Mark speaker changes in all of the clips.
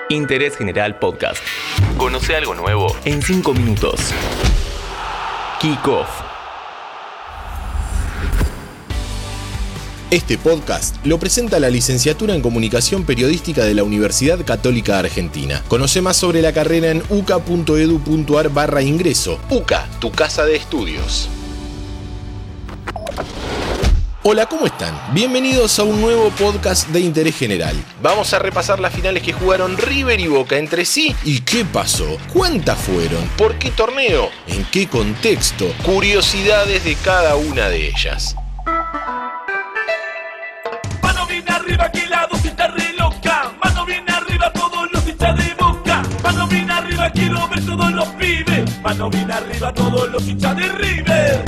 Speaker 1: Interés General Podcast. Conoce algo nuevo en 5 minutos. Kick Off.
Speaker 2: Este podcast lo presenta la Licenciatura en Comunicación Periodística de la Universidad Católica Argentina. Conoce más sobre la carrera en uca.edu.ar/ingreso. UCA, tu casa de estudios. Hola, ¿cómo están? Bienvenidos a un nuevo podcast de Interés General. Vamos a repasar las finales que jugaron River y Boca entre sí. ¿Y qué pasó? ¿Cuántas fueron? ¿Por qué torneo? ¿En qué contexto? Curiosidades de cada una de ellas.
Speaker 3: Mano bien arriba que la dosis está re loca. Mano bien arriba todos los hinchas de Boca. Mano bien arriba quiero ver todos los pibes. Mano bien arriba todos los hinchas de River.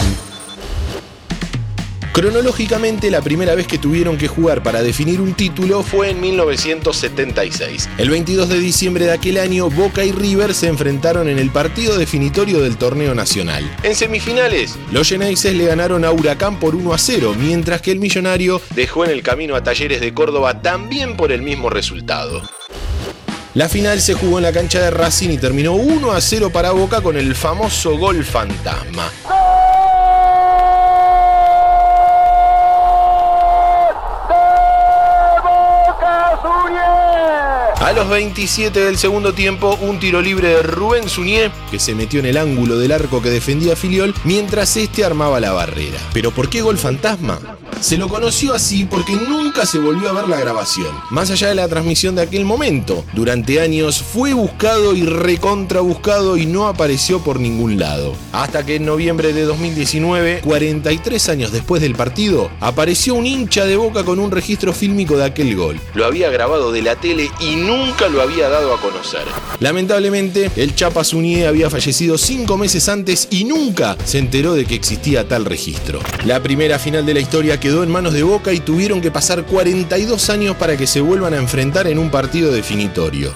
Speaker 2: Cronológicamente, la primera vez que tuvieron que jugar para definir un título fue en 1976. El 22 de diciembre de aquel año, Boca y River se enfrentaron en el partido definitorio del torneo nacional. En semifinales, los Xeneises le ganaron a Huracán por 1-0, mientras que el Millonario dejó en el camino a Talleres de Córdoba también por el mismo resultado. La final se jugó en la cancha de Racing y terminó 1-0 para Boca con el famoso gol fantasma. A los 27 del segundo tiempo, un tiro libre de Rubén Suñé, que se metió en el ángulo del arco que defendía Filiol, mientras este armaba la barrera. ¿Pero por qué gol fantasma? Se lo conoció así porque nunca se volvió a ver la grabación. Más allá de la transmisión de aquel momento, durante años fue buscado y recontrabuscado y no apareció por ningún lado. Hasta que en noviembre de 2019, 43 años después del partido, apareció un hincha de Boca con un registro fílmico de aquel gol. Lo había grabado de la tele y nunca lo había dado a conocer. Lamentablemente, el Chapa Suñé había fallecido 5 meses antes y nunca se enteró de que existía tal registro. La primera final de la historia quedó en manos de Boca y tuvieron que pasar 42 años para que se vuelvan a enfrentar en un partido definitorio.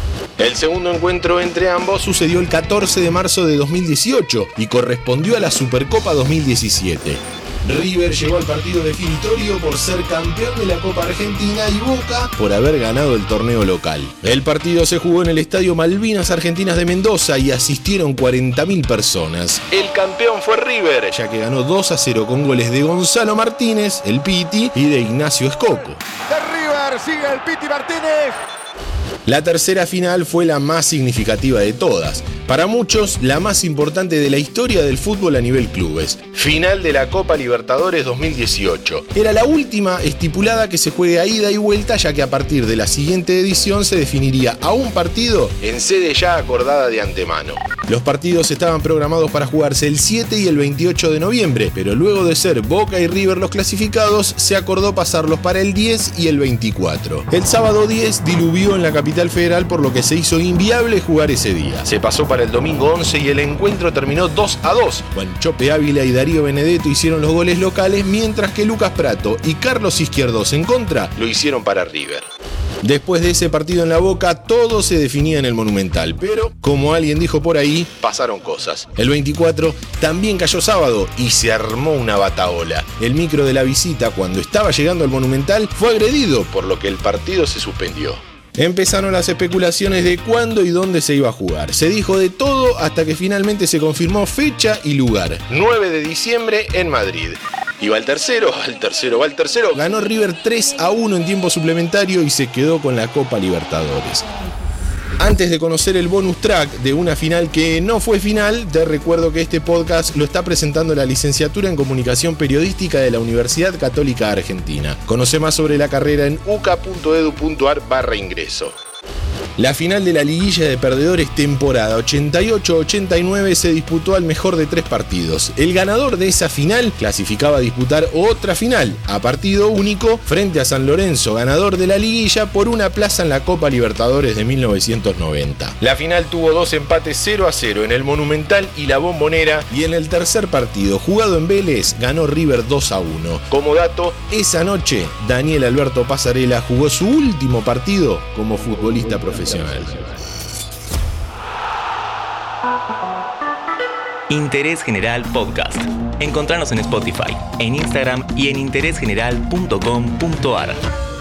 Speaker 2: El segundo encuentro entre ambos sucedió el 14 de marzo de 2018 y correspondió a la Supercopa 2017. River llegó al partido definitorio por ser campeón de la Copa Argentina y Boca por haber ganado el torneo local. El partido se jugó en el Estadio Malvinas Argentinas de Mendoza y asistieron 40.000 personas. El campeón fue River, ya que ganó 2-0 con goles de Gonzalo Martínez, el Piti, y de Ignacio Escoco.
Speaker 4: De River sigue el Piti Martínez.
Speaker 2: La tercera final fue la más significativa de todas. Para muchos, la más importante de la historia del fútbol a nivel clubes. Final de la Copa Libertadores 2018. Era la última estipulada que se juegue a ida y vuelta, ya que a partir de la siguiente edición se definiría a un partido en sede ya acordada de antemano. Los partidos estaban programados para jugarse el 7 y el 28 de noviembre, pero luego de ser Boca y River los clasificados, se acordó pasarlos para el 10 y el 24. El sábado 10 diluvió en la capital federal, por lo que se hizo inviable jugar ese día. Se pasó para el domingo 11 y el encuentro terminó 2-2. Juan Chope Ávila y Darío Benedetto hicieron los goles locales, mientras que Lucas Prato y Carlos Izquierdos en contra lo hicieron para River. Después de ese partido en la Boca, todo se definía en el Monumental, pero, como alguien dijo por ahí, pasaron cosas. El 24 también cayó sábado y se armó una batahola. El micro de la visita, cuando estaba llegando al Monumental, fue agredido, por lo que el partido se suspendió. Empezaron las especulaciones de cuándo y dónde se iba a jugar. Se dijo de todo hasta que finalmente se confirmó fecha y lugar. 9 de diciembre en Madrid. Y va el tercero. Ganó River 3-1 en tiempo suplementario y se quedó con la Copa Libertadores. Antes de conocer el bonus track de una final que no fue final, te recuerdo que este podcast lo está presentando la Licenciatura en Comunicación Periodística de la Universidad Católica Argentina. Conoce más sobre la carrera en uca.edu.ar/ingreso. La final de la liguilla de perdedores temporada 88-89 se disputó al mejor de 3 partidos. El ganador de esa final clasificaba a disputar otra final a partido único frente a San Lorenzo, ganador de la liguilla, por una plaza en la Copa Libertadores de 1990. La final tuvo 2 empates 0-0 en el Monumental y la Bombonera, y en el tercer partido, jugado en Vélez, ganó River 2-1. Como dato, esa noche Daniel Alberto Pasarela jugó su último partido como futbolista profesional.
Speaker 1: Interés General Podcast. Encontranos en Spotify, en Instagram y en interésgeneral.com.ar.